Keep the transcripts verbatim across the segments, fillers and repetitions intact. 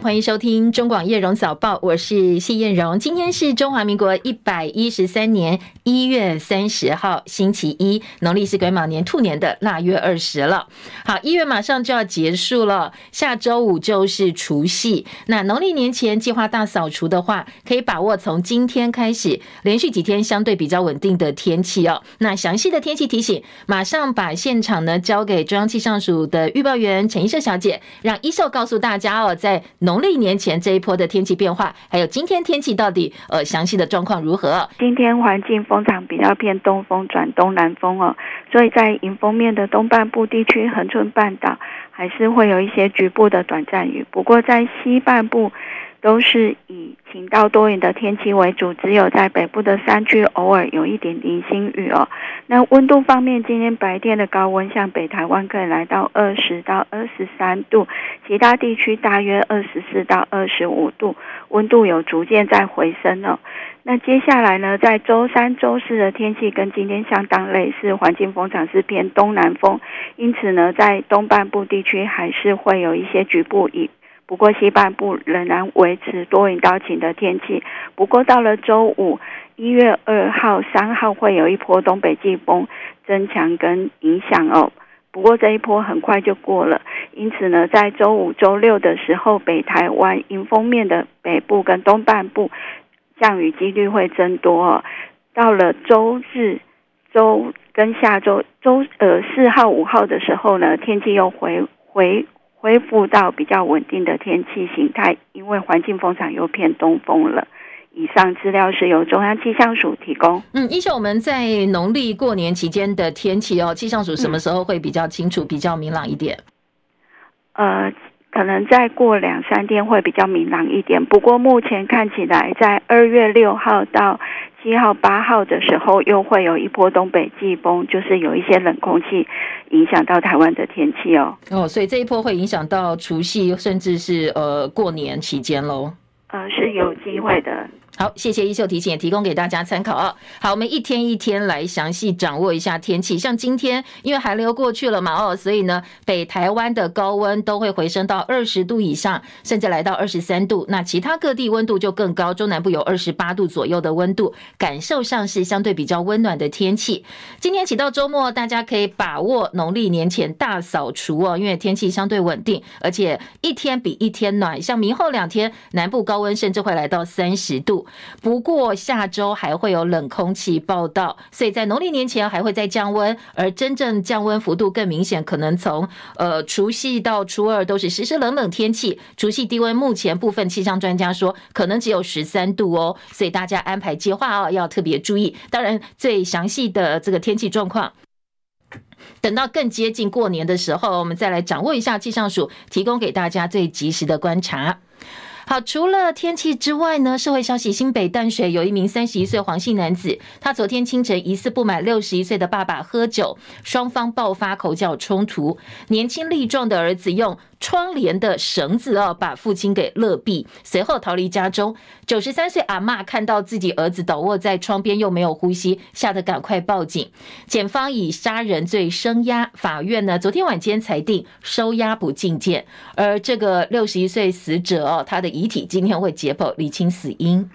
欢迎收听中广叶荣早报，我是谢燕荣。今天是中华民国一百一十三年一月三十号星期一，农历是癸卯年兔年的腊月二十了。好，一月马上就要结束了，下周五就是除夕。那农历年前计划大扫除的话，可以把握从今天开始连续几天相对比较稳定的天气哦。那详细的天气提醒，马上把现场呢交给中央气象署的预报员陈一社小姐，让一秀告诉大家哦，在农历年前这一波的天气变化，还有今天天气到底呃详细的状况如何？ 今天环境风场比较偏东风转东南风哦，所以在迎风面的东半部地区、恒春半岛还是会有一些局部的短暂雨，不过在西半部都是以晴到多云的天气为主，只有在北部的山区偶尔有一点零星雨哦。那温度方面，今天白天的高温像北台湾可以来到二十到二十三度，其他地区大约二十四到二十五度，温度有逐渐在回升哦。那接下来呢，在周三、周四的天气跟今天相当类似，环境风场是偏东南风，因此呢，在东半部地区还是会有一些局部雨。不过西半部仍然维持多云到晴的天气。不过到了周五一月二号、三号会有一波东北季风增强跟影响哦。不过这一波很快就过了，因此呢，在周五、周六的时候，北台湾迎风面的北部跟东半部降雨几率会增多哦。到了周日、周跟下周周呃四号、五号的时候呢，天气又回回。恢复到比较稳定的天气形态，因为环境风场又偏东风了。以上资料是由中央气象署提供。 嗯，依照我们在农历过年期间的天气哦，气象署什么时候会比较清楚、嗯、比较明朗一点？ 呃，可能再过两三天会比较明朗一点。不过目前看起来，在二月六号到七号、八号的时候，又会有一波东北季风，就是有一些冷空气影响到台湾的天气哦。 哦，所以这一波会影响到除夕，甚至是呃过年期间喽。 呃，是有机会的。 好，谢谢一秀提醒，也提供给大家参考啊。好，我们一天一天来详细掌握一下天气。像今天因为寒流过去了嘛，哦，所以呢，北台湾的高温都会回升到二十度以上，甚至来到二十三度。那其他各地温度就更高，中南部有二十八度左右的温度，感受上是相对比较温暖的天气。今天起到周末，大家可以把握农历年前大扫除哦，因为天气相对稳定，而且一天比一天暖。像明后两天，南部高温甚至会来到三十度。不过下周还会有冷空气报道，所以在农历年前还会再降温，而真正降温幅度更明显，可能从呃除夕到初二都是湿湿冷冷天气。除夕低温目前部分气象专家说可能只有十三度哦，所以大家安排计划哦要特别注意。当然最详细的这个天气状况，等到更接近过年的时候，我们再来掌握一下气象署提供给大家最及时的观察。好，除了天气之外呢，社会消息，新北淡水有一名三十一岁黄姓男子，他昨天清晨疑似不满六十一岁的爸爸喝酒，双方爆发口角冲突，年轻力壮的儿子用窗帘的绳子哦，把父亲给勒毙，随后逃离家中。九十三岁阿嬷看到自己儿子倒卧在窗边又没有呼吸，吓得赶快报警。检方以杀人罪声押，法院呢昨天晚间裁定收押不进监。而这个六十一岁死者哦，他的遗体今天会解剖厘清死因。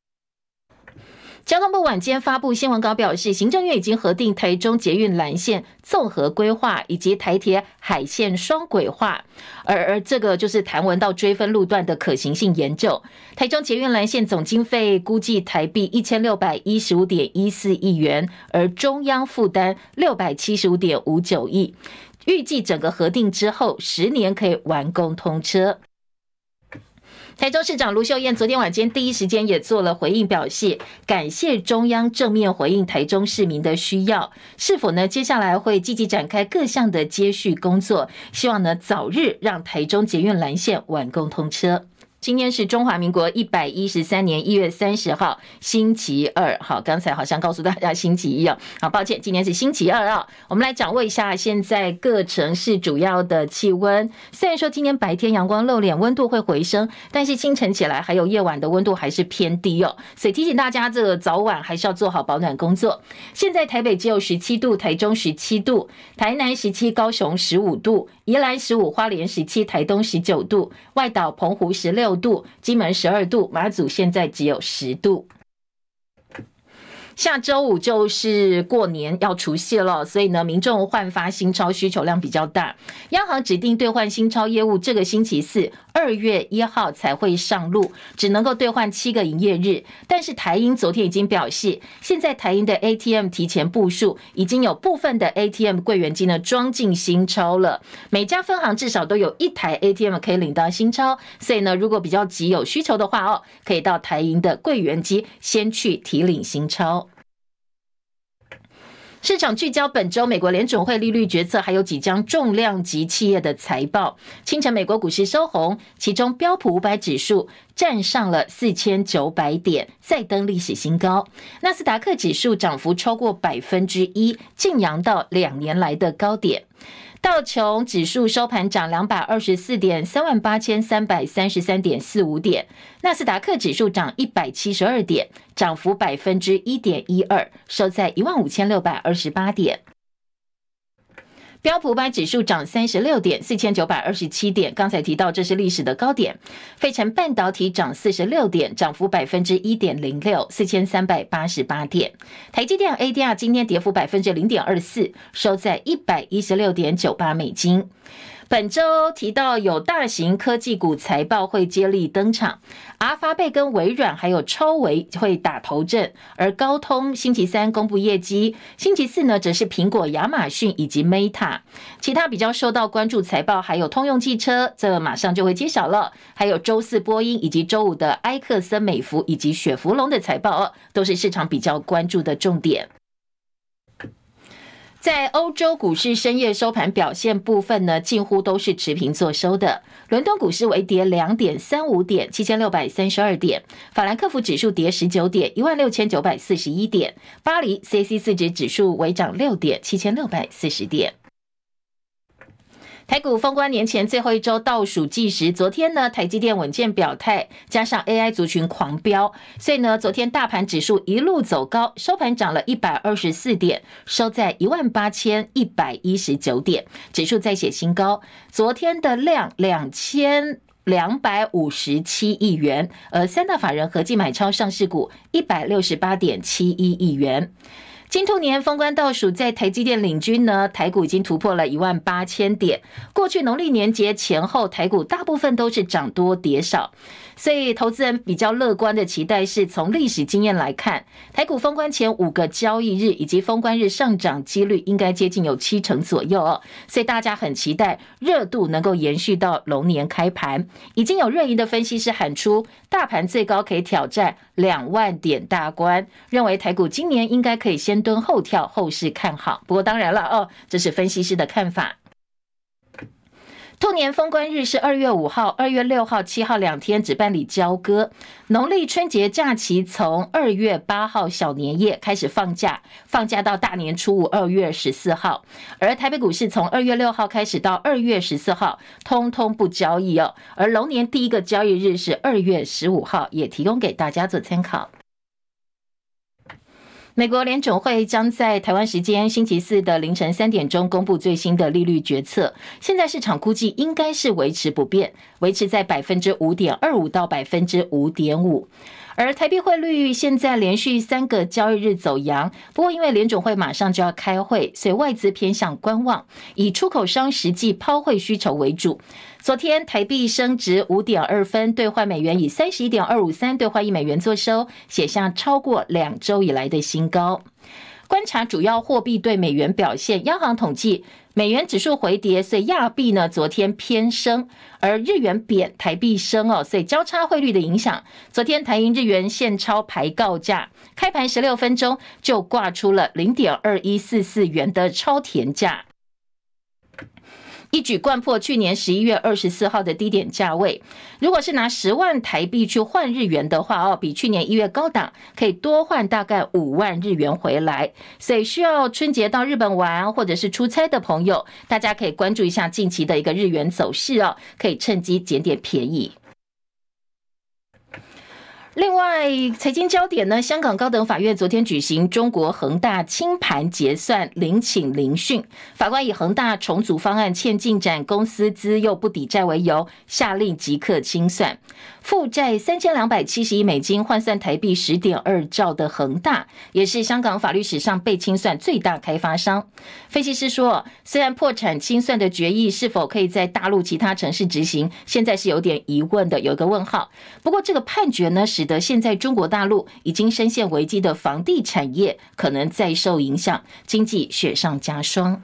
交通部晚间发布新闻稿表示，行政院已经核定台中捷运蓝线综合规划以及台铁海线双轨化，而而这个就是谈文到追分路段的可行性研究。台中捷运蓝线总经费估计台币一千六百一十五点一四亿元，而中央负担六百七十五点五九亿，预计整个核定之后十年可以完工通车。台中市长卢秀燕昨天晚间第一时间也做了回应，表示感谢中央正面回应台中市民的需要，是否呢接下来会积极展开各项的接续工作，希望呢早日让台中捷运蓝线完工通车。 今天是中华民国一百一十三年一月三十号，星期二。好，刚才好像告诉大家星期一哦，好，抱歉，今天是星期二啊。我们来掌握一下现在各城市主要的气温。虽然说今天白天阳光露脸，温度会回升，但是清晨起来还有夜晚的温度还是偏低哦，所以提醒大家，这个早晚还是要做好保暖工作。现在台北只有十七度，台中十七度，台南十七，高雄十五度，宜兰十五，花莲十七，台东十九度，外岛澎湖十六度，金门十二度，马祖现在只有十度。下周五就是过年要除夕了，所以呢，民众换发新钞需求量比较大。央行指定兑换新钞业务，这个星期四二月一号才会上路，只能够兑换七个营业日。但是台银昨天已经表示，现在台银的 A T M 提前部署，已经有部分的 A T M 柜员机呢装进新钞了。每家分行至少都有一台 A T M 可以领到新钞，所以呢，如果比较急有需求的话哦，可以到台银的柜员机先去提领新钞。市场聚焦本周美国联准会利率决策，还有几张重量级企业的财报。清晨美国股市收红，其中标普五百指数站上了四千九百点，再登历史新高。纳斯达克指数涨幅超过百分之一，晋扬到两年来的高点。道琼指数收盘涨两百二十四点，三万八千三百三十三点四五点。纳斯达克指数涨一百七十二点，涨幅百分之一点一二，收在一万五千六百二十八点。标普五百指数涨三十六点，四千九百二十七点。刚才提到这是历史的高点。费城半导体涨四十六点，涨幅百分之一点零六，四千三百八十八点。台积电 A D R 今天跌幅百分之零点二四，收在一百一十六点九八美金。本周提到有大型科技股财报会接力登场，阿发贝跟微软还有超微会打头阵，而高通星期三公布业绩，星期四呢则是苹果、亚马逊以及 Meta。其他比较受到关注财报还有通用汽车，这马上就会揭晓了，还有周四波音以及周五的埃克森美孚以及雪佛龙的财报哦，都是市场比较关注的重点。在欧洲股市深夜收盘表现部分呢，近乎都是持平作收的。伦敦股市微跌 两点三五点，七千六百三十二点。法兰克福指数跌十九点，一万六千九百四十一点。巴黎 C A C 四十指数微涨六点，七千六百四十点。台股封关年前最后一周倒数计时，昨天呢台积电稳健表态，加上 A I 族群狂飙，所以呢昨天大盘指数一路走高，收盘涨了一百二十四点，收在一万八千一百一十九点，指数再写新高。昨天的量两千两百五十七亿元，而三大法人合计买超上市股一百六十八点七一亿元。金兔年封关倒数，在台积电领军呢，台股已经突破了一万八千点。过去农历年节前后，台股大部分都是涨多跌少，所以投资人比较乐观的期待是从历史经验来看，台股封关前五个交易日以及封关日上涨几率应该接近有七成左右哦，所以大家很期待热度能够延续到龙年开盘。已经有热银的分析师喊出，大盘最高可以挑战两万点大关，认为台股今年应该可以先蹲后跳，后市看好。不过当然了哦，这是分析师的看法。兔年封关日是二月五号、二月六号、七号两天只办理交割。农历春节假期从二月八号小年夜开始放假，放假到大年初五二月十四号。而台北股市从二月六号开始到二月十四号，通通不交易哦。而龙年第一个交易日是二月十五号，也提供给大家做参考。美国联准会将在台湾时间星期四的凌晨三点钟公布最新的利率决策，现在市场估计应该是维持不变，维持在 百分之五点二五 到 百分之五点五。而台币汇率现在连续三个交易日走阳，不过因为联准会马上就要开会，所以外资偏向观望，以出口商实际抛汇需求为主。昨天台币升值 五点二分，兑换美元以 三十一点二五三 兑换一美元作收，写下超过两周以来的新高。观察主要货币对美元表现，央行统计美元指数回跌，所以亚币呢昨天偏升，而日元贬，台币升哦，所以交叉汇率的影响。昨天台银日元现钞排告价，开盘十六分钟就挂出了 零点二一四四元的超甜价。 一举掼破去年十一月二十四号的低点价位。如果是拿十万台币去换日元的话，哦，比去年一月高档，可以多换大概五万日元回来。所以需要春节到日本玩或者是出差的朋友，大家可以关注一下近期的一个日元走势哦，可以趁机捡点便宜。另外，财经焦点呢，香港高等法院昨天举行中国恒大清盘结算聆请聆讯，法官以恒大重组方案欠进展，公司资又不抵债为由，下令即刻清算。负债三千两百七十亿美金，换算台币十点二兆的恒大，也是香港法律史上被清算最大开发商。分析师说，虽然破产清算的决议是否可以在大陆其他城市执行，现在是有点疑问的，有一个问号。不过这个判决呢，使得现在中国大陆已经深陷危机的房地产业可能再受影响，经济雪上加霜。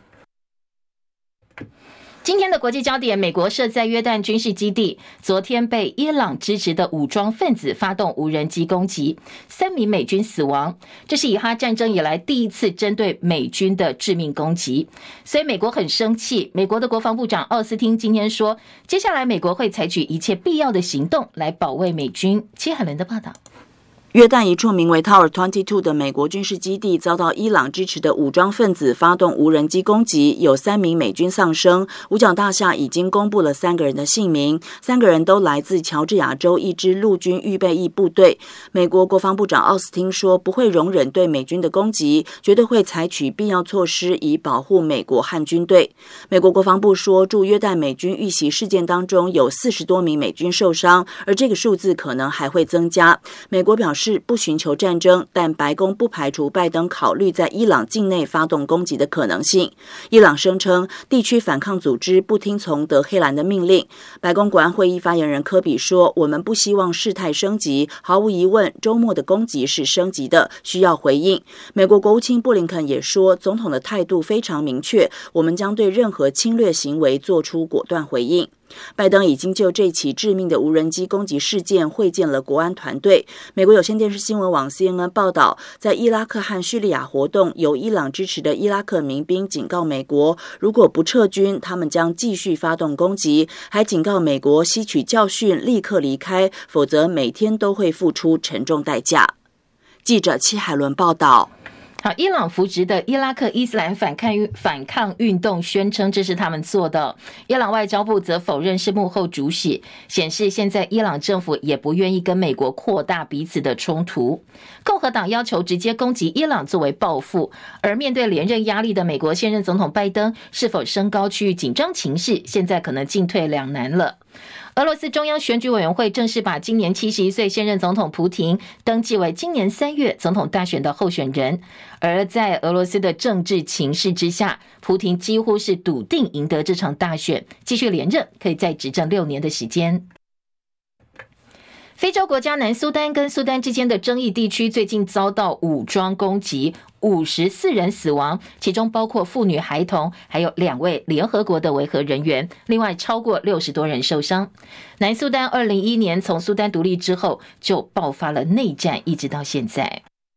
今天的国际焦点，美国设在约旦军事基地昨天被伊朗支持的武装分子发动无人机攻击，三名美军死亡，这是以哈战争以来第一次针对美军的致命攻击，所以美国很生气。美国的国防部长奥斯汀今天说，接下来美国会采取一切必要的行动来保卫美军。戚海伦的报道。 约旦一处名为 Tower 二十二的美国军事基地遭到伊朗支持的武装分子发动无人机攻击，有三名美军丧生。五角大厦已经公布了三个人的姓名，三个人都来自乔治亚州一支陆军预备役部队。美国国防部长奥斯汀说，不会容忍对美军的攻击，绝对会采取必要措施以保护美国和军队。美国国防部说，驻约旦美军遇袭事件当中有四十多名美军受伤，而这个数字可能还会增加。美国表示是不寻求战争，但白宫不排除拜登考虑在伊朗境内发动攻击的可能性。伊朗声称地区反抗组织不听从德黑兰的命令。白宫国安会议发言人科比说，我们不希望事态升级，毫无疑问，周末的攻击是升级的，需要回应。美国国务卿布林肯也说，总统的态度非常明确，我们将对任何侵略行为做出果断回应。拜登已经就这起致命的无人机攻击事件会见了国安团队。美国有线电视新闻网 C N N 报道，在伊拉克和叙利亚活动由伊朗支持的伊拉克民兵警告美国，如果不撤军，他们将继续发动攻击，还警告美国吸取教训，立刻离开，否则每天都会付出沉重代价。记者戚海伦报道。 好，伊朗扶植的伊拉克伊斯兰反抗反抗运动宣称这是他们做的，伊朗外交部则否认是幕后主使，显示现在伊朗政府也不愿意跟美国扩大彼此的冲突。共和党要求直接攻击伊朗作为报复，而面对连任压力的美国现任总统拜登是否升高区域紧张情势，现在可能进退两难了。俄罗斯中央选举委员会正式把今年七十一岁现任总统普亭登记为今年三月总统大选的候选人，而在俄罗斯的政治情势之下，普亭几乎是笃定赢得这场大选，继续连任，可以再执政六年的时间。非洲国家南苏丹跟苏丹之间的争议地区最近遭到武装攻击，五十四人死亡，其中包括妇女、孩童，还有两位联合国的维和人员，另外超过六十多人受伤。南苏丹二零一一年从苏丹独立之后就爆发了内战，一直到现在。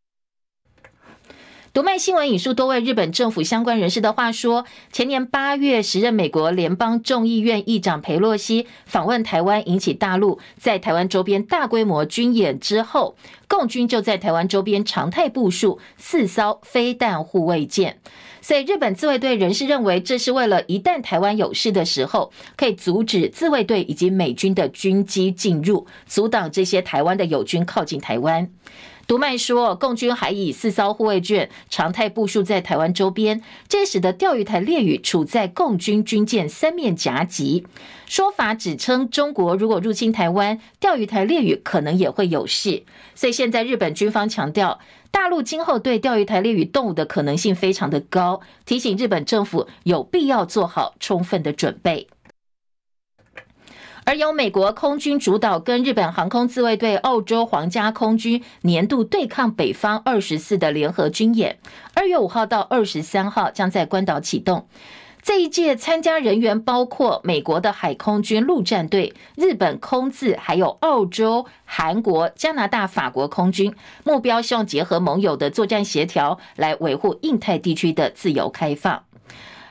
读卖新闻引述多位日本政府相关人士的话说，前年八月时任美国联邦众议院议长裴洛西访问台湾，引起大陆在台湾周边大规模军演之后，共军就在台湾周边常态部署四艘飞弹护卫舰。所以日本自卫队人士认为，这是为了一旦台湾有事的时候，可以阻止自卫队以及美军的军机进入，阻挡这些台湾的友军靠近台湾。读卖说，共军还以四艘护卫舰常态部署在台湾周边，这使得钓鱼台列屿处在共军军舰三面夹击。说法指称，中国如果入侵台湾，钓鱼台列屿可能也会有事。所以现在日本军方强调，大陆今后对钓鱼台列屿动武的可能性非常的高，提醒日本政府有必要做好充分的准备。而由美国空军主导跟日本航空自卫队、澳洲皇家空军年度对抗北方二十四的联合军演，二月五号到二十三号将在关岛启动。这一届参加人员包括美国的海空军陆战队、日本空自，还有澳洲、韩国、加拿大、法国空军，目标希望结合盟友的作战协调，来维护印太地区的自由开放。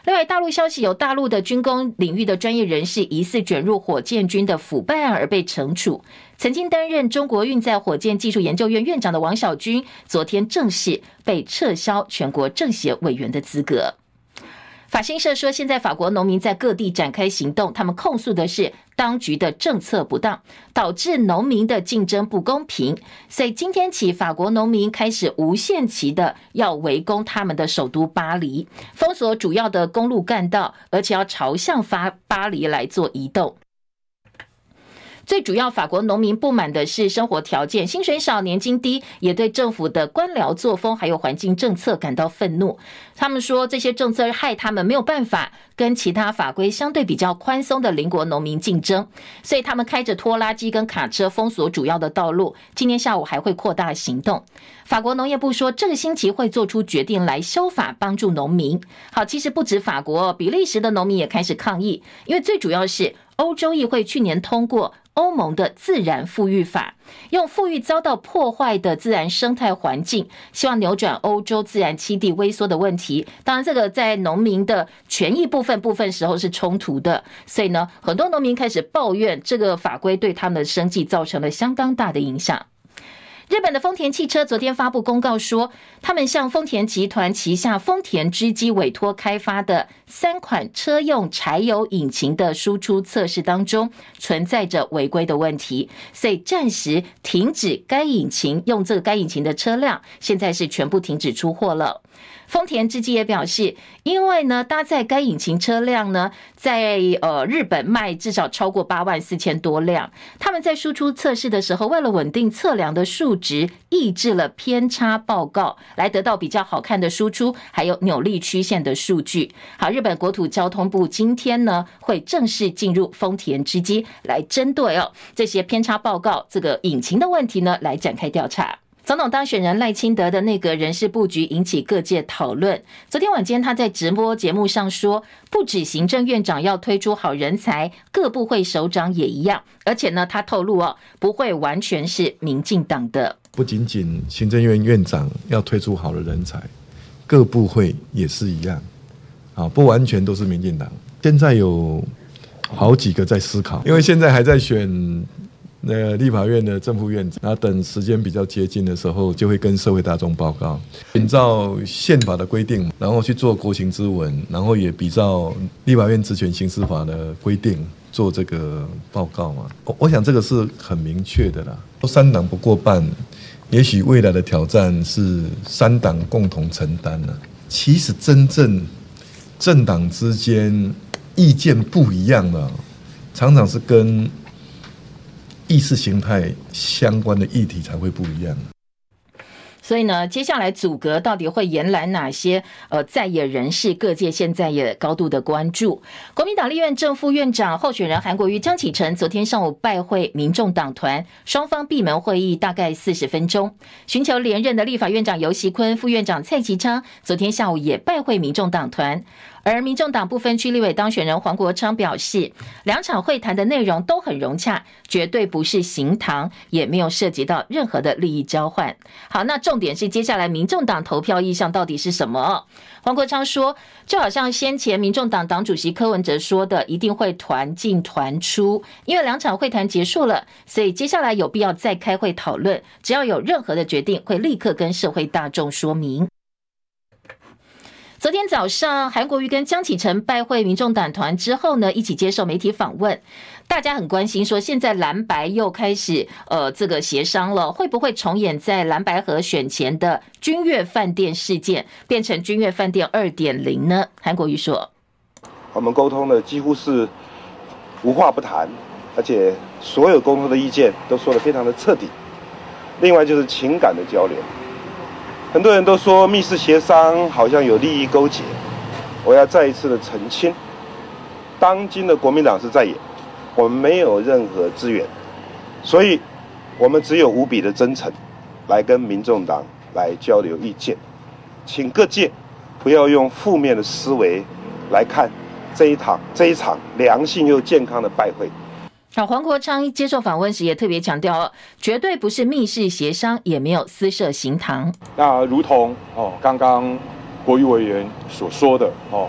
另外，大陆消息有大陆的军工领域的专业人士疑似卷入火箭军的腐败案而被惩处。曾经担任中国运载火箭技术研究院院长的王小军，昨天正式被撤销全国政协委员的资格。法新社说，现在法国农民在各地展开行动，他们控诉的是当局的政策不当，导致农民的竞争不公平。所以今天起，法国农民开始无限期的要围攻他们的首都巴黎，封锁主要的公路干道，而且要朝向发巴黎来做移动。最主要，法国农民不满的是生活条件，薪水少、年金低，也对政府的官僚作风还有环境政策感到愤怒。他们说，这些政策害他们没有办法跟其他法规相对比较宽松的邻国农民竞争，所以他们开着拖拉机跟卡车封锁主要的道路。今天下午还会扩大行动。法国农业部说，这个星期会做出决定来修法帮助农民。好，其实不止法国，比利时的农民也开始抗议，因为最主要是欧洲议会去年通过欧盟的自然富裕法，用富裕遭到破坏的自然生态环境，希望扭转欧洲自然栖地萎缩的问题。当然，这个在农民的权益部分部分时候是冲突的，所以呢，很多农民开始抱怨这个法规对他们的生计造成了相当大的影响。日本的丰田汽车昨天发布公告说，他们向丰田集团旗下丰田织机委托开发的三款车用柴油引擎的输出测试当中存在着违规的问题，所以暂时停止该引擎用这个该引擎的车辆，现在是全部停止出货了。丰田织机也表示，因为呢搭载该引擎车辆呢，在呃日本卖至少超过八万四千多辆，他们在输出测试的时候，为了稳定测量的数值，抑制了偏差报告，来得到比较好看的输出，还有扭力曲线的数据。好，日本国土交通部今天呢会正式进入丰田织机，来针对哦这些偏差报告这个引擎的问题呢来展开调查。总统当选人赖清德的内阁人事布局引起各界讨论。昨天晚间他在直播节目上说，不止行政院长要推出好人才，各部会首长也一样。而且呢，他透露哦，不会完全是民进党的。 不仅仅行政院院长要推出好的人才，各部会也是一样，啊，不完全都是民进党。现在有好几个在思考，因为现在还在选。那个立法院的正副院长，然后等时间比较接近的时候，就会跟社会大众报告，按照宪法的规定，然后去做国情咨文，然后也比照立法院职权行使法的规定做这个报告嘛。我我想这个是很明确的啦。三党不过半，也许未来的挑战是三党共同承担了。其实真正政党之间意见不一样的，常常是跟意识形态相关的议题才会不一样。 所以呢，接下来组阁到底会延揽哪些呃在野人士？各界现在也高度的关注。国民党立院正副院长候选人韩国瑜、江启臣昨天上午拜会民众党团，双方闭门会议大概四十分钟。寻求连任的立法院长游锡堃、副院长蔡其昌昨天下午也拜会民众党团。而民众党不分区立委当选人黄国昌表示，两场会谈的内容都很融洽，绝对不是行堂，也没有涉及到任何的利益交换。好，那重点是接下来民众党投票意向到底是什么？黄国昌说，就好像先前民众党党主席柯文哲说的，一定会团进团出，因为两场会谈结束了，所以接下来有必要再开会讨论，只要有任何的决定，会立刻跟社会大众说明。昨天早上，韩国瑜跟江启臣拜会民众党团之后呢，一起接受媒体访问。大家很关心说，现在蓝白又开始呃这个协商了，会不会重演在蓝白合选前的君悦饭店事件，变成君悦饭店 二点零 呢？韩国瑜说， 我们沟通的几乎是无话不谈，而且所有沟通的意见都说得非常的彻底。另外就是情感的交流。很多人都说密室协商好像有利益勾结，我要再一次的澄清，当今的国民党是在野，我们没有任何资源，所以我们只有无比的真诚来跟民众党来交流意见，请各界不要用负面的思维来看这一场这一场良性又健康的拜会。 好，黄国昌接受访问时也特别强调，绝对不是密室协商，也没有私设行堂。 那如同哦，刚刚国瑜委员所说的哦，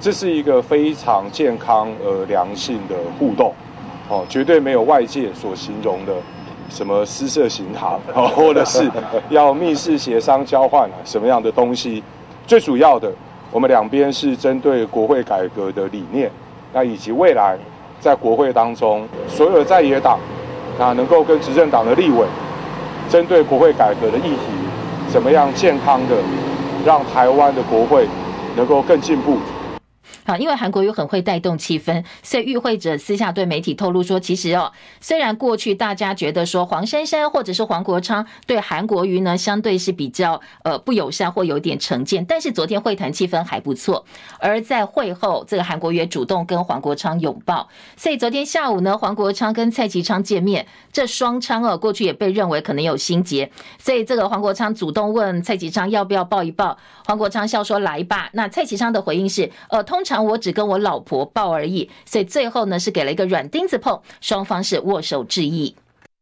这是一个非常健康而良性的互动，哦，绝对没有外界所形容的什么私设行堂，哦，或者是要密室协商交换什么样的东西。最主要的，我们两边是针对国会改革的理念，那以及未来在国会当中所有的在野党，那能够跟执政党的立委，针对国会改革的议题，怎么样健康的让台湾的国会能够更进步。 好，因为韩国瑜很会带动气氛，所以与会者私下对媒体透露说，其实哦，虽然过去大家觉得说黄珊珊或者是黄国昌对韩国瑜呢相对是比较呃不友善或有点成见，但是昨天会谈气氛还不错。而在会后，这个韩国瑜主动跟黄国昌拥抱，所以昨天下午呢，黄国昌跟蔡其昌见面，这双昌哦过去也被认为可能有心结，所以这个黄国昌主动问蔡其昌要不要抱一抱，黄国昌笑说来吧。那蔡其昌的回应是，呃，通常我只跟我老婆抱而已，所以最后呢是给了一个软钉子碰，双方是握手致意。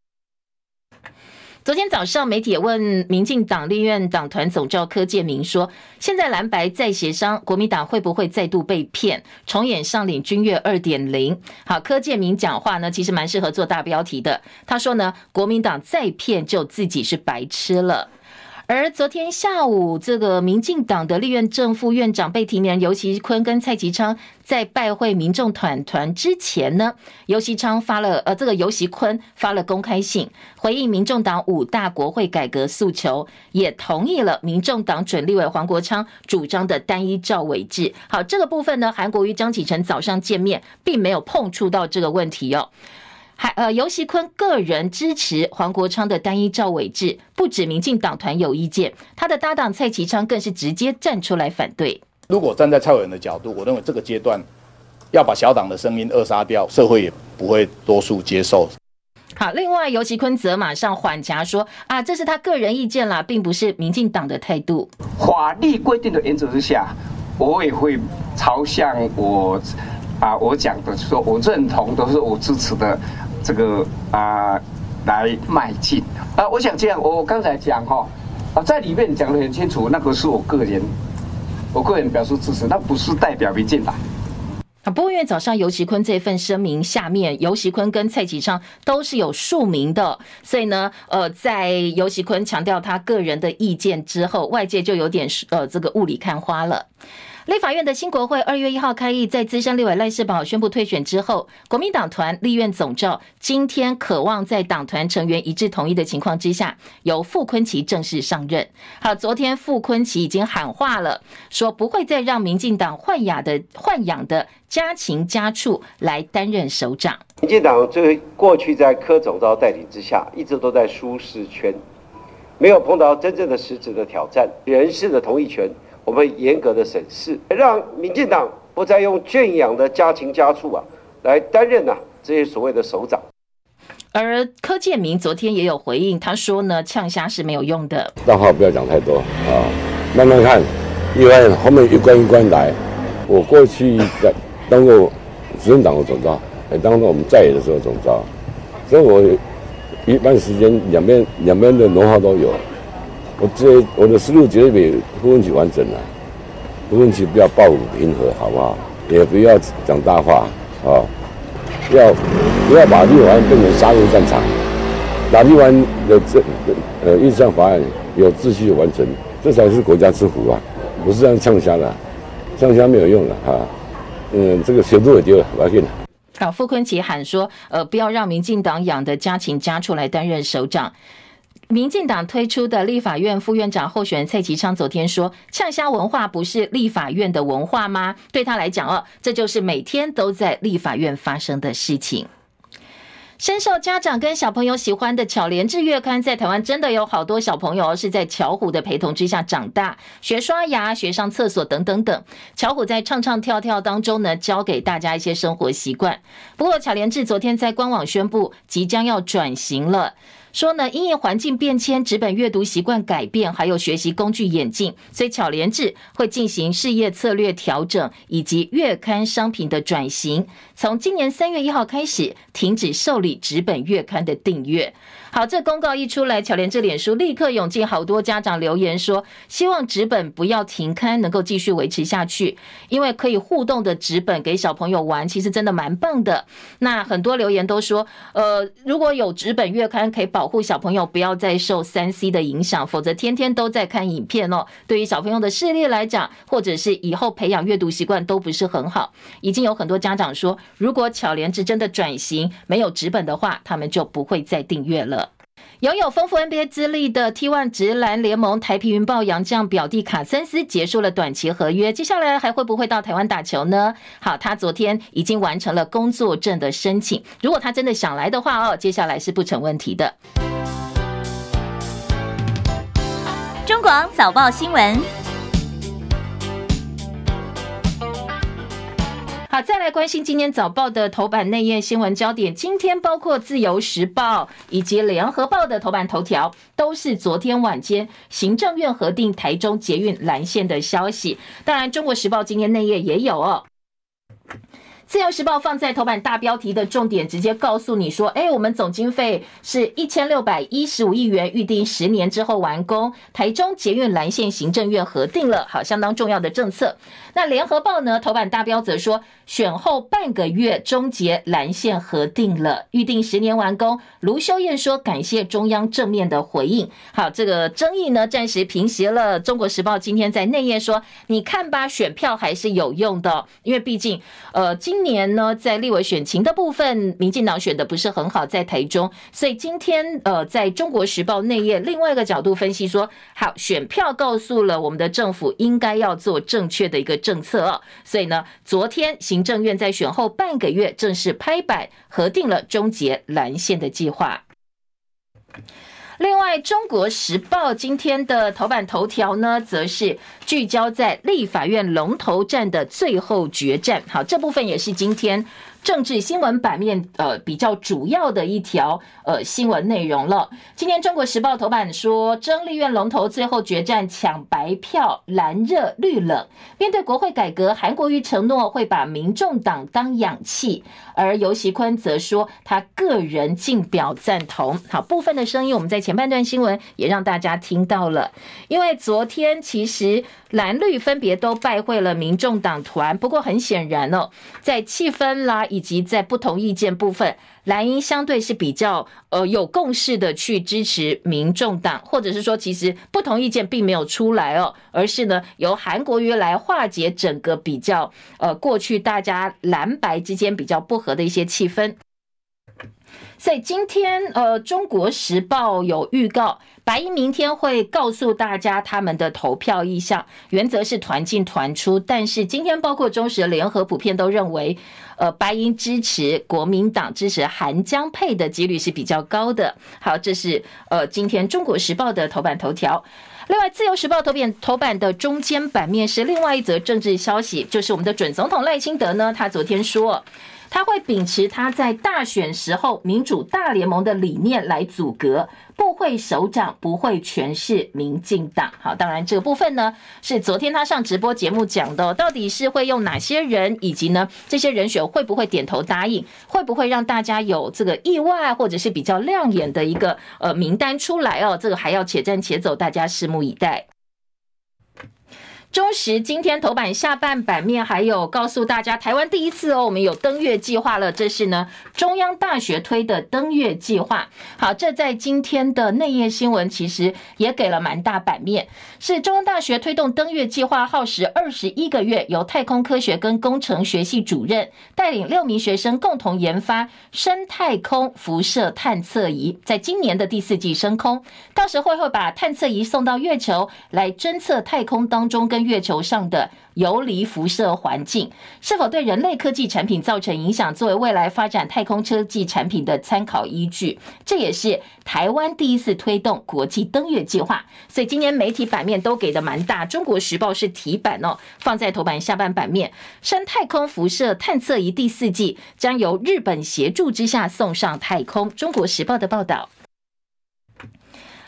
昨天早上媒体也问民进党立院党团总召柯建铭说，现在蓝白再协商，国民党会不会再度被骗，重演上领军乐 二点零。 好，柯建铭讲话呢其实蛮适合做大标题的，他说呢，国民党再骗就自己是白痴了。而昨天下午，这个民进党的立院正副院长被提名人游锡堃跟蔡其昌在拜会民众团团之前呢，游锡昌发了呃，这个游锡堃发了公开信，回应民众党五大国会改革诉求，也同意了民众党准立委黄国昌主张的单一召委制。好，这个部分呢，韩国瑜、张启臣早上见面，并没有碰触到这个问题哦。还呃，游锡堃个人支持黄国昌的单一召委制，不止民进党团有意见，他的搭档蔡其昌更是直接站出来反对。 如果站在蔡委员的角度，我认为这个阶段要把小党的声音扼杀掉，社会也不会多数接受。 好，另外游锡堃则马上缓颊说啊，这是他个人意见啦，并不是民进党的态度。 法律规定的原则之下，我也会朝向我啊，我讲的说我认同都是我支持的这个啊来迈进啊。我想这样，我刚才讲哈啊，在里面讲得很清楚，那个是我个人，我个人表示支持，那不是代表民进党。 不过因为早上游锡堃这份声明下面，游锡堃跟蔡其昌都是有署名的，所以呢，呃，在游锡堃强调他个人的意见之后，外界就有点呃这个雾里看花了。立法院的新国会二月一号开议，在资深立委赖士葆宣布退选之后，国民党团立院总召今天渴望在党团成员一致同意的情况之下，由傅崐萁正式上任。好，昨天傅崐萁已经喊话了，说不会再让民进党豢养的豢养的家禽家畜来担任首长。 民进党最过去在柯总召带领之下，一直都在舒适圈，没有碰到真正的实质的挑战，人事的同意权。我们严格的审视，让民进党不再用圈养的家禽家畜啊来担任啊这些所谓的首长。 而柯建铭昨天也有回应，他说呢，呛虾是没有用的。 大话不要讲太多啊，慢慢看，因为后面一关一关来。我过去在当过执政党的总召，也当过我们在野的时候总召，所以我一般时间两边两边的农号都有。我这我的思路绝对比傅崐萁完整了，傅崐萁不要抱虎平和，好不好？也不要讲大话啊，要不要把立法院变成杀戮战场？把立法院的这呃预算法案有秩序的完成，这才是国家之福啊！不是这样呛虾的，呛虾没有用的啊。嗯，这个协助也丢了，不要紧了。 好，傅崐萁喊说，呃，不要让民进党养的家禽家畜来担任首长。民进党推出的立法院副院长候选人蔡其昌昨天说，呛虾文化不是立法院的文化吗？对他来讲哦，这就是每天都在立法院发生的事情。深受家长跟小朋友喜欢的巧莲智月刊，在台湾真的有好多小朋友是在巧虎的陪同之下长大，学刷牙、学上厕所等等等。巧虎在唱唱跳跳当中呢，教给大家一些生活习惯。不过巧莲智昨天在官网宣布，即将要转型了。 说呢，因应环境变迁、纸本阅读习惯改变，还有学习工具演进，所以巧联智会进行事业策略调整以及月刊商品的转型。从今年三月一号开始，停止受理纸本月刊的订阅。好，这公告一出来，巧联智脸书立刻涌进好多家长留言说，希望纸本不要停刊，能够继续维持下去，因为可以互动的纸本给小朋友玩，其实真的蛮棒的。那很多留言都说，呃，如果有纸本月刊，可以保护小朋友不要再受 三 C 的影响，否则天天都在看影片哦，对于小朋友的视力来讲，或者是以后培养阅读习惯都不是很好。已经有很多家长说，如果巧联智真的转型没有纸本的话，他们就不会再订阅了。拥有丰富 N B A 资历的 T 一 职篮联盟台啤云豹洋将表弟卡森斯结束了短期合约，接下来还会不会到台湾打球呢？好，他昨天已经完成了工作证的申请，如果他真的想来的话哦，接下来是不成问题的。 中广早报新闻。 好，再来关心今天早报的头版内页新闻焦点。今天包括自由时报以及联合报的头版头条，都是昨天晚间行政院核定台中捷运蓝线的消息。当然，中国时报今天内页也有哦。自由时报放在头版大标题的重点，直接告诉你说，哎，我们总经费是一千六百一十五亿元，预定十年之后完工。台中捷运蓝线行政院核定了，好，相当重要的政策。那联合报呢，头版大标则说，选后半个月终结蓝线核定了，预定十年完工。卢秀燕说，感谢中央正面的回应。好，这个争议呢暂时平息了。中国时报今天在内页说，你看吧，选票还是有用的，因为毕竟呃今年呢在立委选情的部分，民进党选的不是很好，在台中，所以今天呃在中国时报内页另外一个角度分析说，好，选票告诉了我们的政府应该要做正确的一个政策哦，所以呢，昨天行政院在选后半个月正式拍板核定了终结蓝线的计划。另外，中国时报今天的头版头条呢，则是聚焦在立法院龙头战的最后决战。好，这部分也是今天政治新闻版面呃比较主要的一条呃新闻内容了。今天中国时报头版说，争立院龙头最后决战抢白票，蓝热绿冷。面对国会改革，韩国瑜承诺会把民众党当氧气，而游锡堃则说他个人竞表赞同。好，部分的声音我们在前半段新闻也让大家听到了，因为昨天其实蓝绿分别都拜会了民众党团，不过很显然哦，在气氛啦以及在不同意见部分，蓝营相对是比较呃有共识的去支持民众党，或者是说其实不同意见并没有出来哦，而是呢由韩国瑜来化解整个比较呃过去大家蓝白之间比较不合的一些气氛。所以今天呃中国时报有预告，白营明天会告诉大家他们的投票意向，原则是团进团出，但是今天包括中时联合普遍都认为呃白营支持国民党支持韩江配的几率是比较高的。好，这是呃今天中国时报的头版头条。另外，自由时报头版头版的中间版面是另外一则政治消息，就是我们的准总统赖清德呢，他昨天说他会秉持他在大选时候民主大联盟的理念来组阁，不会首长，不会诠释民进党。好，当然这个部分呢是昨天他上直播节目讲的，到底是会用哪些人，以及呢这些人选会不会点头答应，会不会让大家有这个意外或者是比较亮眼的一个呃名单出来哦，这个还要且战且走，大家拭目以待。中时今天头版下半版面还有告诉大家，台湾第一次哦，我们有登月计划了，这是呢中央大学推的登月计划。好，这在今天的内页新闻其实也给了蛮大版面，是中央大学推动登月计划，耗时二十一个月，由太空科学跟工程学系主任带领六名学生共同研发深太空辐射探测仪，在今年的第四季升空，到时候会把探测仪送到月球来侦测太空当中跟月球上的游离辐射环境是否对人类科技产品造成影响，作为未来发展太空科技产品的参考依据。这也是台湾第一次推动国际登月计划，所以今年媒体版面都给的蛮大。中国时报是题版哦，放在头版下半版面，深太空辐射探测仪第四季将由日本协助之下送上太空。中国时报的报道。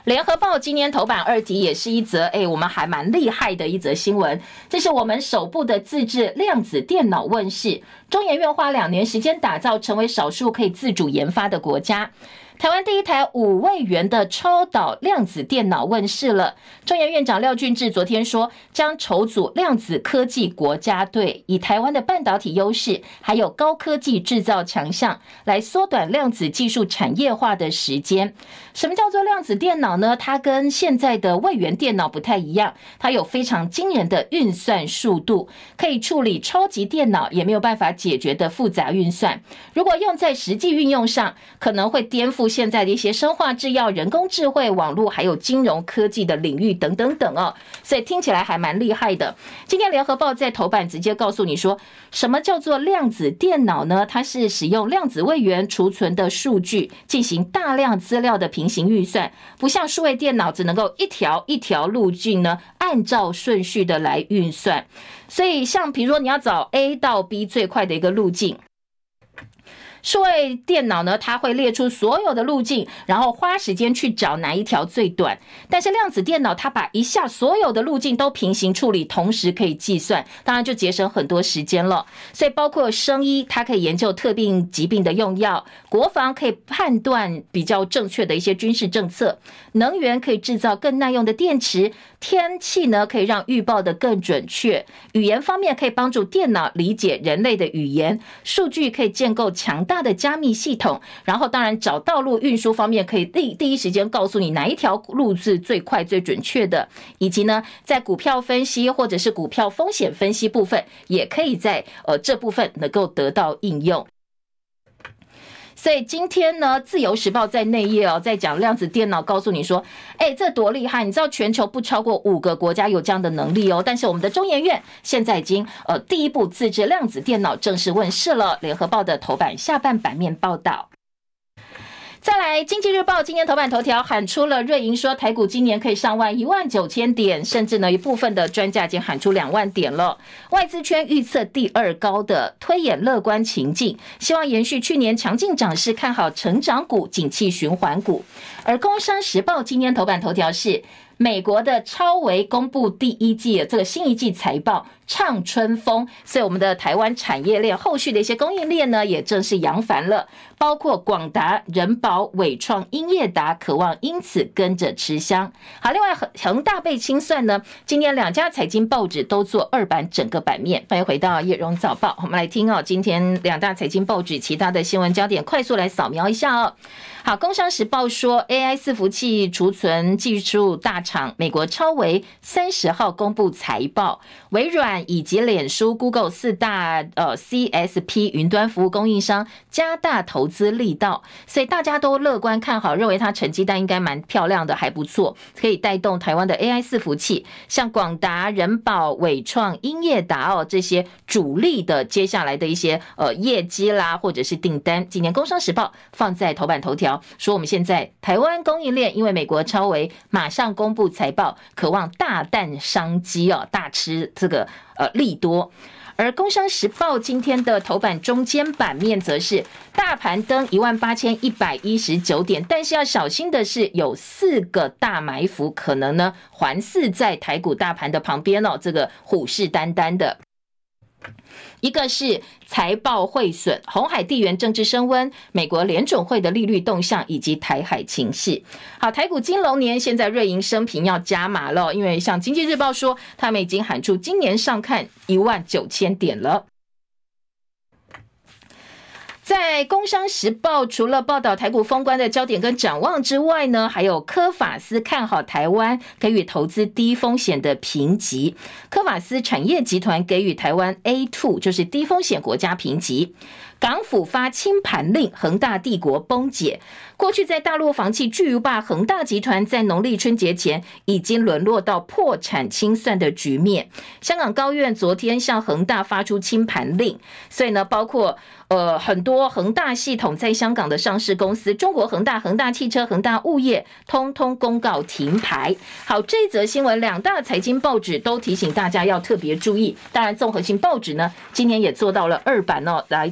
联合报今年头版二题也是一则，哎，我们还蛮厉害的一则新闻。这是我们首部的自制量子电脑问世，中研院花两年时间打造，成为少数可以自主研发的国家。台湾第一台五位元的超导量子电脑问世了。中研院长廖俊智昨天说，将筹组量子科技国家队，以台湾的半导体优势，还有高科技制造强项，来缩短量子技术产业化的时间。什么叫做量子电脑呢？它跟现在的位元电脑不太一样，它有非常惊人的运算速度，可以处理超级电脑也没有办法解决的复杂运算。如果用在实际运用上，可能会颠覆现在的一些生化制药、人工智慧、网络还有金融科技的领域等等等哦，所以听起来还蛮厉害的。今天联合报在头版直接告诉你说，什么叫做量子电脑呢？它是使用量子位元储存的数据进行大量资料的平行运算，不像数位电脑只能够一条一条路径呢按照顺序的来运算。所以像比如说你要找 A 到 B 最快的一个路径，数位电脑呢，它会列出所有的路径，然后花时间去找哪一条最短。但是量子电脑它把一下所有的路径都平行处理，同时可以计算，当然就节省很多时间了。所以包括生医，它可以研究特定疾病的用药；国防可以判断比较正确的一些军事政策；能源可以制造更耐用的电池；天气呢可以让预报的更准确；语言方面可以帮助电脑理解人类的语言；数据可以建构强大大的加密系统，然后当然找道路运输方面可以第第一时间告诉你哪一条路是最快最准确的，以及呢在股票分析或者是股票风险分析部分也可以在呃这部分能够得到应用。所以今天呢，自由时报在内页哦，在讲量子电脑，告诉你说，哎，这多厉害！你知道全球不超过五个国家有这样的能力哦。但是我们的中研院现在已经呃第一部自制量子电脑正式问世了。联合报的头版下半版面报道。再来，经济日报今天头版头条喊出了瑞银说台股今年可以上万一万九千点，甚至呢一部分的专家已经喊出两万点了。外资圈预测第二高的推演乐观情境，希望延续去年强劲涨势，看好成长股、景气循环股。而工商时报今天头版头条是美国的超微公布第一季这个新一季财报畅春风，所以我们的台湾产业链后续的一些供应链呢也正式扬帆了，包括广达、人保、伟创、英业达渴望因此跟着吃香。好，另外恒大被清算呢，今天两家财经报纸都做二版整个版面。欢迎回到叶荣早报，我们来听哦，今天两大财经报纸其他的新闻焦点快速来扫描一下哦。好，工商时报说 A I 伺服器储存技术大厂美国超微三十号公布财报，微软以及脸书、Google 四大呃 C S P 云端服务供应商加大投资力道，所以大家都乐观看好，认为它成绩单应该蛮漂亮的，还不错，可以带动台湾的 A I 伺服器，像广达、人保、伟创、英业达哦这些主力的接下来的一些呃业绩啦，或者是订单。今年工商时报放在头版头条，说我们现在台湾供应链因为美国超微马上公布财报，渴望大啖商机哦，大吃这个呃利多。而工商时报今天的头版中间版面则是大盘登一万八千一百一十九点，但是要小心的是有四个大埋伏，可能呢环伺在台股大盘的旁边哦，这个虎视眈眈的。一个是财报汇损，红海地缘政治升温，美国联准会的利率动向以及台海情势。好，台股金龙年现在瑞银升评要加码了，因为像经济日报说他们已经喊出今年上看一万九千点了。在工商时报除了报道台股封关的焦点跟展望之外呢，还有科法斯看好台湾，给予投资低风险的评级。科法斯产业集团给予台湾 A 二， 就是低风险国家评级。港府发清盘令，恒大帝国崩解。过去在大陆房企巨无霸恒大集团在农历春节前已经沦落到破产清算的局面。香港高院昨天向恒大发出清盘令，所以呢，包括呃很多恒大系统在香港的上市公司，中国恒大、恒大汽车、恒大物业，通通公告停牌。好，这则新闻两大财经报纸都提醒大家要特别注意。当然，综合性报纸呢，今年也做到了二版哦，来给大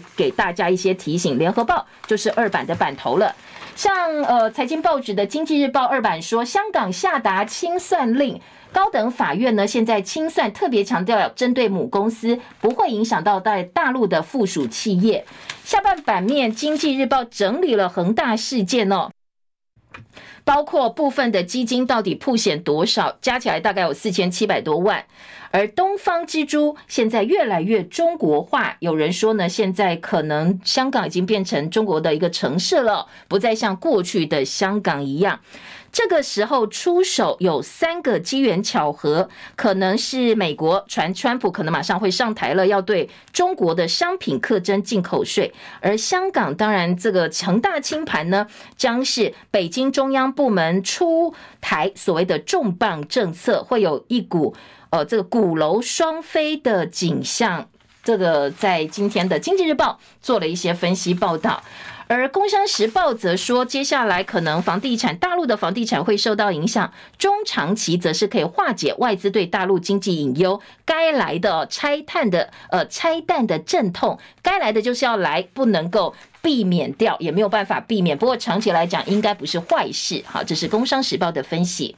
大家一些提醒。联合报就是二版的版头了。像呃财经报纸的经济日报二版说，香港下达清算令，高等法院呢现在清算，特别强调针对母公司，不会影响到在大陆的附属企业。下半版面经济日报整理了恒大事件哦，包括部分的基金到底曝险多少，加起来大概有四千七百多万。而东方之珠现在越来越中国化，有人说呢，现在可能香港已经变成中国的一个城市了，不再像过去的香港一样。这个时候出手有三个机缘巧合，可能是美国传川普可能马上会上台了，要对中国的商品课征进口税，而香港当然这个恒大清盘呢，将是北京中央部门出台所谓的重磅政策，会有一股呃这个鼓楼双飞的景象。这个在今天的经济日报做了一些分析报道。而工商时报则说，接下来可能房地产大陆的房地产会受到影响，中长期则是可以化解外资对大陆经济隐忧，该来的拆弹的呃拆弹的阵痛，该来的就是要来，不能够避免掉，也没有办法避免。不过长期来讲，应该不是坏事。好，这是工商时报的分析。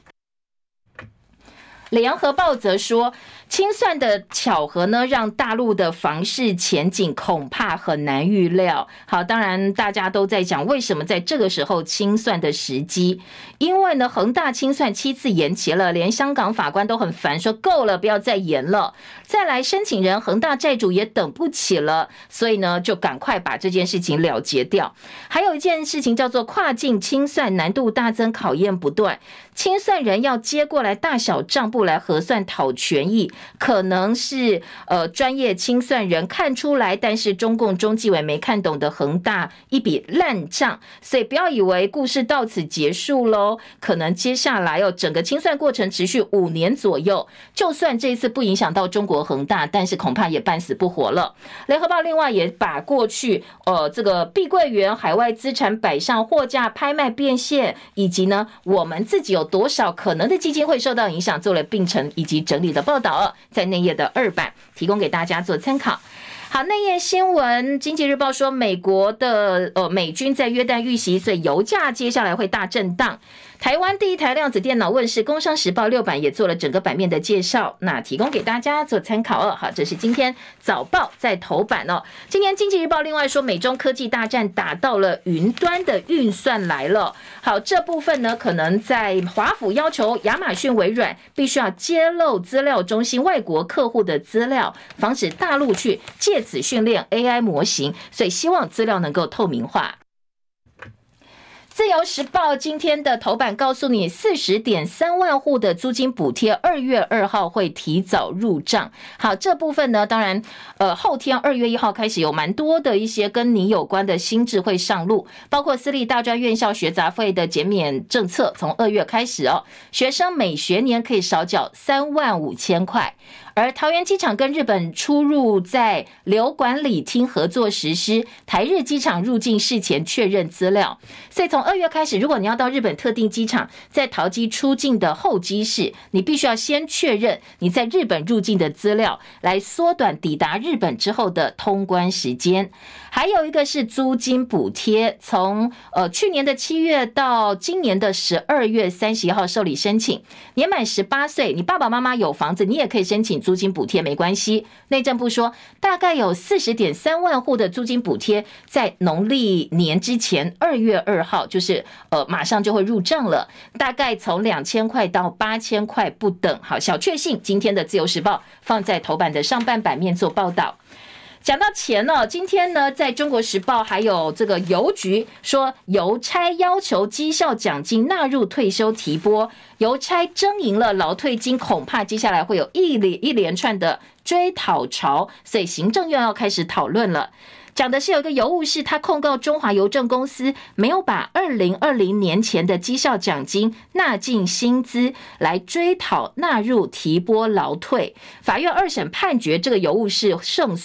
联合报则说，清算的巧合呢，让大陆的房市前景恐怕很难预料。好，当然大家都在讲为什么在这个时候清算的时机，因为呢，恒大清算七次延期了，连香港法官都很烦，说够了，不要再延了。再来，申请人恒大债主也等不起了，所以呢，就赶快把这件事情了结掉。还有一件事情叫做跨境清算难度大增，考验不断。清算人要接过来大小账簿来核算讨权益，可能是呃专业清算人看出来，但是中共中纪委没看懂的恒大一笔烂账，所以不要以为故事到此结束咯，可能接下来哦整个清算过程持续五年左右，就算这一次不影响到中国恒大，但是恐怕也半死不活了。联合报另外也把过去呃这个碧桂园海外资产摆上货架拍卖变现，以及呢我们自己有多少可能的基金会受到影响，做了并成以及整理的报道，在内页的二版提供给大家做参考。好，内页新闻，经济日报说美国的呃美军在约旦遇袭，所以油价接下来会大震荡。台湾第一台量子电脑问世，工商时报六版也做了整个版面的介绍，那提供给大家做参考哦。好，这是今天早报在头版哦。今天经济日报另外说，美中科技大战打到了云端的运算来了。好，这部分呢，可能在华府要求亚马逊、微软必须要揭露资料中心外国客户的资料，防止大陆去借此训练 A I 模型，所以希望资料能够透明化。自由时报今天的头版告诉你， 四十点三万户的租金补贴二月二号会提早入账。好，这部分呢，当然呃后天二月一号开始有蛮多的一些跟你有关的新制会上路，包括私立大专院校学杂费的减免政策从二月开始哦，学生每学年可以少缴三万五千块。而桃园机场跟日本出入在留管理厅合作实施台日机场入境事前确认资料，所以从二月开始，如果你要到日本特定机场，在桃机出境的候机室，你必须要先确认你在日本入境的资料，来缩短抵达日本之后的通关时间。还有一个是租金补贴，从呃去年的七月到今年的十二月三十一号受理申请，年满十八岁，你爸爸妈妈有房子，你也可以申请租金补贴，没关系。内政部说，大概有 四十点三万户的租金补贴，在农历年之前二月二号，就是呃马上就会入账了，大概从两千块到八千块不等。好，小确幸，今天的自由时报放在头版的上半版面做报道。讲到钱哦，今天呢，在中国时报还有这个邮局说，邮差要求绩效奖金纳入退休提拨，邮差争赢了劳退金，恐怕接下来会有一连一连串的追讨潮，所以行政院要开始讨论了。讲的是有一个邮务士，他控告中华邮政公司没有把二零二零年前的绩效奖金纳进薪资，来追讨纳入提拨劳退。法院二审判决这个邮务士胜诉，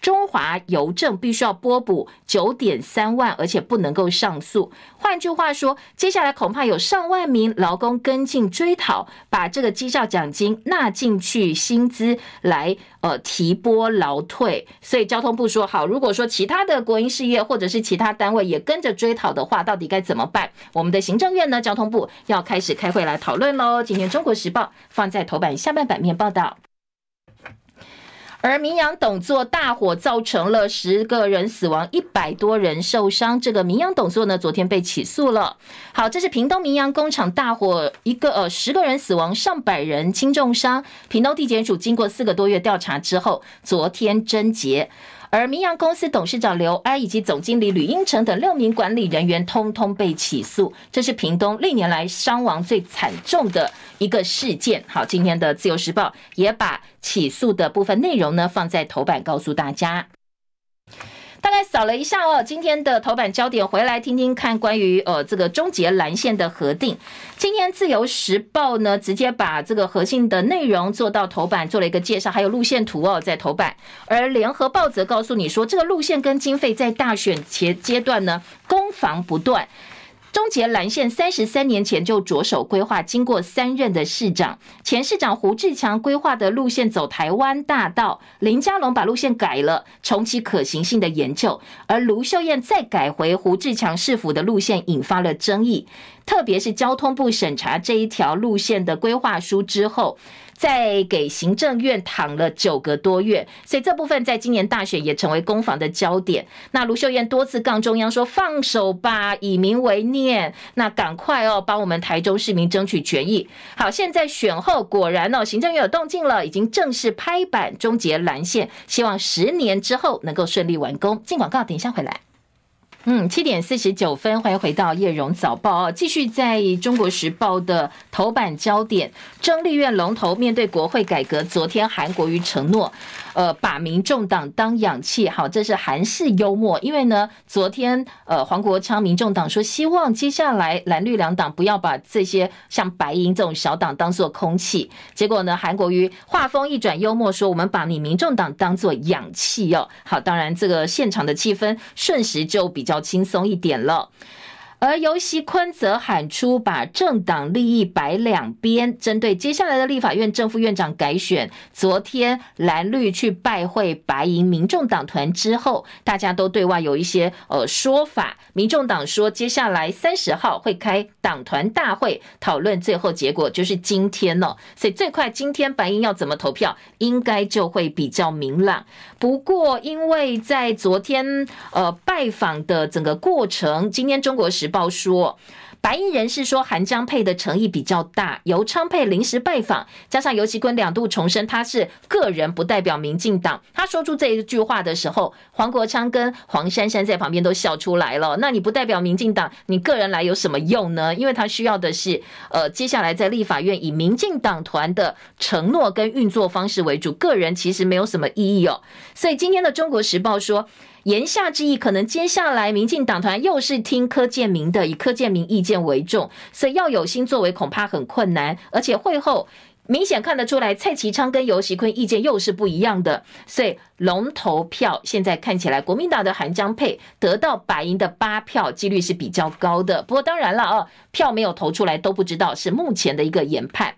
中华邮政必须要拨补 九点三万，而且不能够上诉。换句话说，接下来恐怕有上万名劳工跟进追讨，把这个绩效奖金纳进去薪资来呃提拨劳退。所以交通部说好，如果说其他的国营事业或者是其他单位也跟着追讨的话，到底该怎么办？我们的行政院呢，交通部要开始开会来讨论咯。今天中国时报放在头版下半版面报道。而明阳董座大火造成了十个人死亡，一百多人受伤。这个明阳董座呢，昨天被起诉了。好，这是屏东明阳工厂大火，一个呃十个人死亡，上百人轻重伤。屏东地检署经过四个多月调查之后，昨天侦结。而明阳公司董事长刘安以及总经理吕英成等六名管理人员通通被起诉，这是屏东历年来伤亡最惨重的一个事件。好，今天的自由时报也把起诉的部分内容呢放在头版告诉大家。大概扫了一下哦，今天的头版焦点回来听听看关于呃这个终结蓝线的核定。今天自由时报呢直接把这个核心的内容做到头版，做了一个介绍，还有路线图哦在头版。而联合报则告诉你说，这个路线跟经费在大选前阶段呢攻防不断。终结蓝线三十三年前就着手规划，经过三任的市长，前市长胡志强规划的路线走台湾大道，林佳龙把路线改了，重启可行性的研究，而卢秀燕再改回胡志强市府的路线，引发了争议。特别是交通部审查这一条路线的规划书之后，再给行政院躺了九个多月，所以这部分在今年大选也成为攻防的焦点。那卢秀燕多次杠中央说放手吧，以民为念，那赶快哦帮我们台中市民争取权益。好，现在选后果然哦，行政院有动静了，已经正式拍板终结蓝线，希望十年之后能够顺利完工。进广告，等一下回来。嗯，七点四十九分，欢迎回到叶荣早报哦。继续在中国时报的头版焦点，中立院龙头面对国会改革，昨天韩国瑜承诺，呃，把民众党当氧气。好，这是韩式幽默，因为呢，昨天呃黄国昌民众党说，希望接下来蓝绿两党不要把这些像白营这种小党当作空气。结果呢，韩国瑜话锋一转，幽默说，我们把你民众党当作氧气哦。好，当然这个现场的气氛瞬时就比较比较轻松一点了。而游锡堃则喊出把政党利益摆两边，针对接下来的立法院正副院长改选，昨天蓝绿去拜会白营民众党团之后，大家都对外有一些呃说法。民众党说接下来三十号会开党团大会讨论最后结果，就是今天哦，所以最快今天白营要怎么投票应该就会比较明朗。不过因为在昨天呃拜访的整个过程，今天中国时报说白营人士说韩江佩的诚意比较大，尤昌佩临时拜访，加上游锡堃两度重申他是个人不代表民进党。他说出这一句话的时候，黄国昌跟黄珊珊在旁边都笑出来了。那你不代表民进党，你个人来有什么用呢？因为他需要的是呃，接下来在立法院以民进党团的承诺跟运作方式为主，个人其实没有什么意义哦。所以今天的中国时报说，言下之意，可能接下来民进党团又是听柯建铭的，以柯建铭意见为重，所以要有心作为恐怕很困难。而且会后明显看得出来，蔡其昌跟游锡堃意见又是不一样的，所以龙头票现在看起来，国民党的韩江佩得到白营的八票，几率是比较高的。不过当然了哦，票没有投出来都不知道，是目前的一个研判。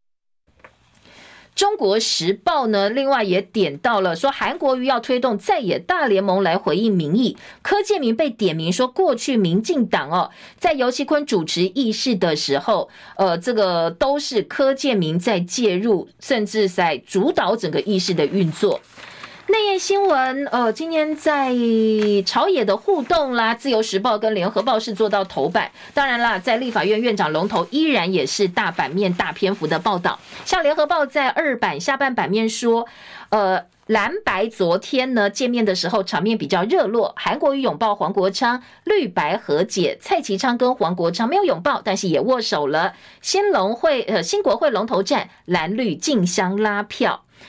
中国时报呢，另外也点到了说，韩国瑜要推动在野大联盟来回应民意。柯建铭被点名说，过去民进党哦，在游锡堃主持议事的时候，呃，这个都是柯建铭在介入，甚至在主导整个议事的运作。内页新闻，呃，今天在朝野的互动啦，自由时报跟联合报是做到头版。当然啦，在立法院院长龙头依然也是大版面大篇幅的报道。像联合报在二版下半版面说，呃，蓝白昨天呢见面的时候场面比较热络，韩国瑜拥抱黄国昌，绿白和解，蔡其昌跟黄国昌没有拥抱，但是也握手了。新龙会呃新国会龙头战，蓝绿竞相拉票。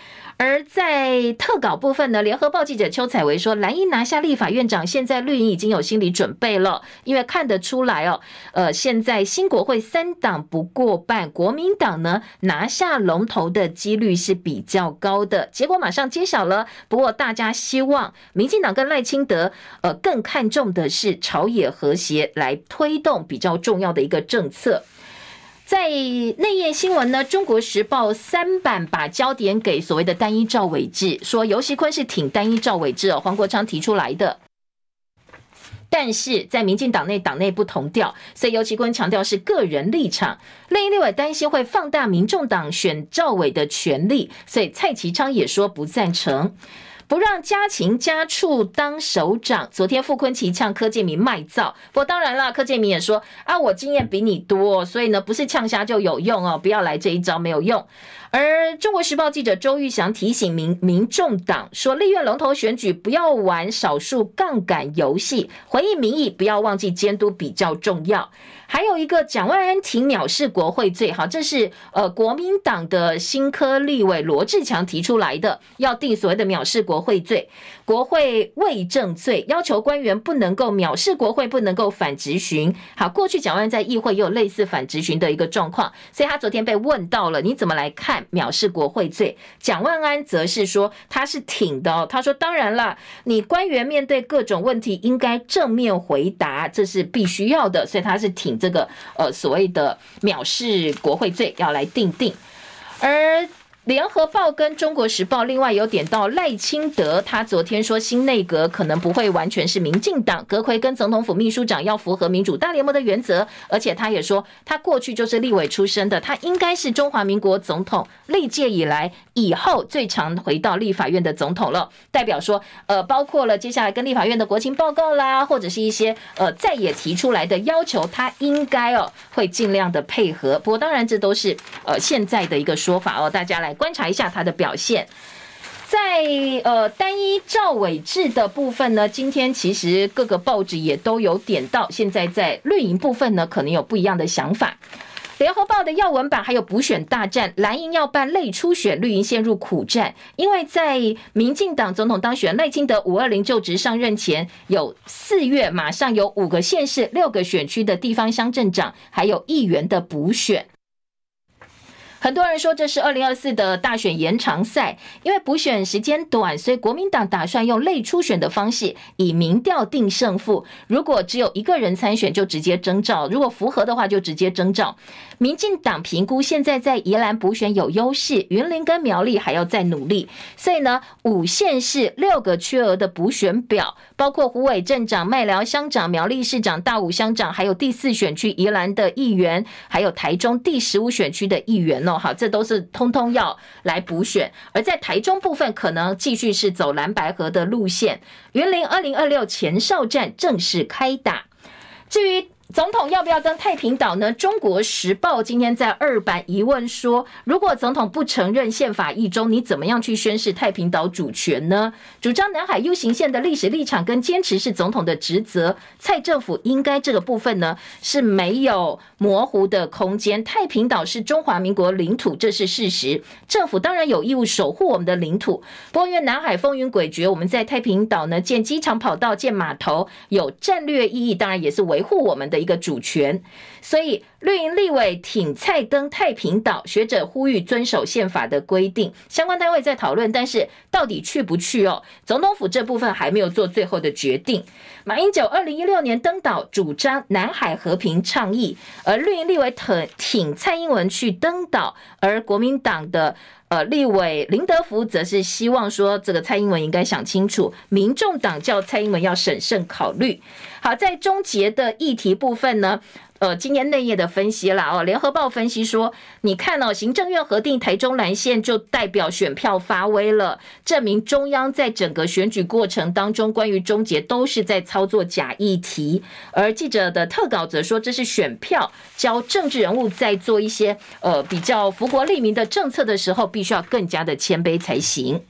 而在特稿部分呢，联合报记者邱采薇说，蓝营拿下立法院长，现在绿营已经有心理准备了，因为看得出来哦，呃，现在新国会三党不过半，国民党呢拿下龙头的几率是比较高的，结果马上揭晓了。不过大家希望民进党跟赖清德，呃，更看重的是朝野和谐，来推动比较重要的一个政策。在内页新闻呢，中国时报三版把焦点给所谓的单一赵伟智，说游锡堃是挺单一赵伟智哦，黄国昌提出来的。但是在民进党内党内不同调，所以游锡堃强调是个人立场。另一立委担心会放大民众党选赵伟的权力，所以蔡其昌也说不赞成。不让家禽家畜当首长，昨天傅崐萁呛柯建铭卖造，不过当然啦，柯建铭也说啊，我经验比你多，所以呢不是呛虾就有用哦，不要来这一招，没有用。而中国时报记者周玉祥提醒民民众党说，立院龙头选举不要玩少数杠杆游戏，回应民意不要忘记监督比较重要。还有一个蒋万安挺藐视国会罪，好，这是呃国民党的新科立委罗志强提出来的，要定所谓的藐视国会罪、国会伪证罪，要求官员不能够藐视国会，不能够反质询。好，过去蒋万安在议会也有类似反质询的一个状况，所以他昨天被问到了，你怎么来看藐视国会罪？蒋万安则是说他是挺的哦，他说当然啦，你官员面对各种问题应该正面回答，这是必须要的，所以他是挺这个呃所谓的藐视国会罪要来定定。而联合报跟中国时报另外有点到赖清德，他昨天说新内阁可能不会完全是民进党，阁揆跟总统府秘书长要符合民主大联盟的原则，而且他也说他过去就是立委出身的，他应该是中华民国总统历届以来以后最常回到立法院的总统了，代表说呃包括了接下来跟立法院的国情报告啦，或者是一些呃再也提出来的要求，他应该哦会尽量的配合。不过当然这都是呃现在的一个说法哦，大家来观察一下他的表现。在呃单一赵伟智的部分呢，今天其实各个报纸也都有点到，现在在绿营部分呢可能有不一样的想法。联合报的要闻版还有补选大战，蓝营要办类初选，绿营陷入苦战。因为在民进党总统当选赖清德五二零就职上任前，有四月马上有五个县市、六个选区的地方乡镇长还有议员的补选。很多人说这是二零二四的大选延长赛，因为补选时间短，所以国民党打算用类初选的方式以民调定胜负。如果只有一个人参选就直接征召，如果符合的话就直接征召。民进党评估现在在宜兰补选有优势，云林跟苗栗还要再努力，所以呢五县市六个缺额的补选表，包括虎尾镇长、麦寮乡长、苗栗市长、大武乡长，还有第四选区宜兰的议员，还有台中第十五选区的议员哦。好，这都是通通要来补选。而在台中部分，可能继续是走蓝白合的路线。云林二零二六前哨战正式开打。至于总统要不要登太平岛呢？中国时报今天在二版疑问说，如果总统不承认宪法一中，你怎么样去宣示太平岛主权呢？主张南海 U 型线的历史立场跟坚持是总统的职责，蔡政府应该这个部分呢是没有模糊的空间。太平岛是中华民国领土，这是事实，政府当然有义务守护我们的领土。不过因为南海风云诡谲，我们在太平岛呢建机场跑道、建码头，有战略意义，当然也是维护我们的一个主权。所以绿营立委挺蔡登太平岛，学者呼吁遵守宪法的规定，相关单位在讨论，但是到底去不去哦？总统府这部分还没有做最后的决定。马英九二零一六年登岛主张南海和平倡议，而绿营立委挺蔡英文去登岛，而国民党的呃，立委林德福则是希望说，这个蔡英文应该想清楚，民众党叫蔡英文要审慎考虑。好，在终结的议题部分呢，呃，今年内页的分析啦哦，联合报分析说，你看哦，行政院核定台中蓝线就代表选票发威了，证明中央在整个选举过程当中，关于终结都是在操作假议题。而记者的特稿则说，这是选票教政治人物在做一些呃比较福国利民的政策的时候，必须要更加的谦卑才行。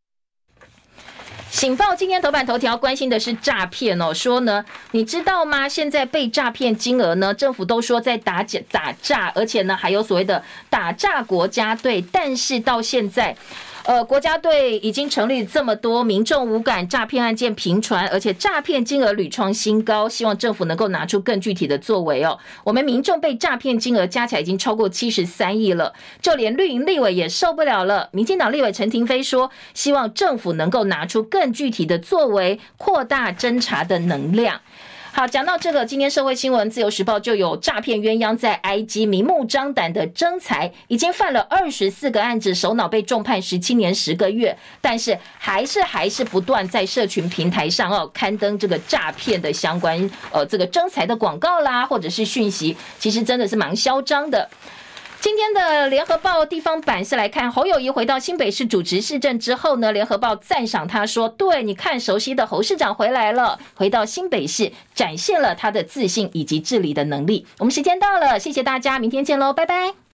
醒报今天头版头条关心的是诈骗哦，说呢，你知道吗？现在被诈骗金额呢，政府都说在打打诈，而且呢还有所谓的打诈国家队，但是到现在。 呃，国家队已经成立这么多，民众无感，诈骗案件频传，而且诈骗金额屡创新高，希望政府能够拿出更具体的作为哦。我们民众被诈骗金额加起来已经超过七十三亿了，就连绿营立委也受不了了。民进党立委陈亭妃说，希望政府能够拿出更具体的作为，扩大侦查的能量。好，讲到这个，今天社会新闻自由时报就有诈骗鸳鸯在 I G 明目张胆的征财，已经犯了二十四个案子，首脑被重判十七年十个月，但是还是还是不断在社群平台上哦刊登这个诈骗的相关呃这个征财的广告啦，或者是讯息，其实真的是蛮嚣张的。今天的联合报地方版是来看侯友宜回到新北市主持市政之后呢，联合报赞赏他说，对，你看熟悉的侯市长回来了，回到新北市展现了他的自信以及治理的能力。我们时间到了，谢谢大家，明天见喽，拜拜。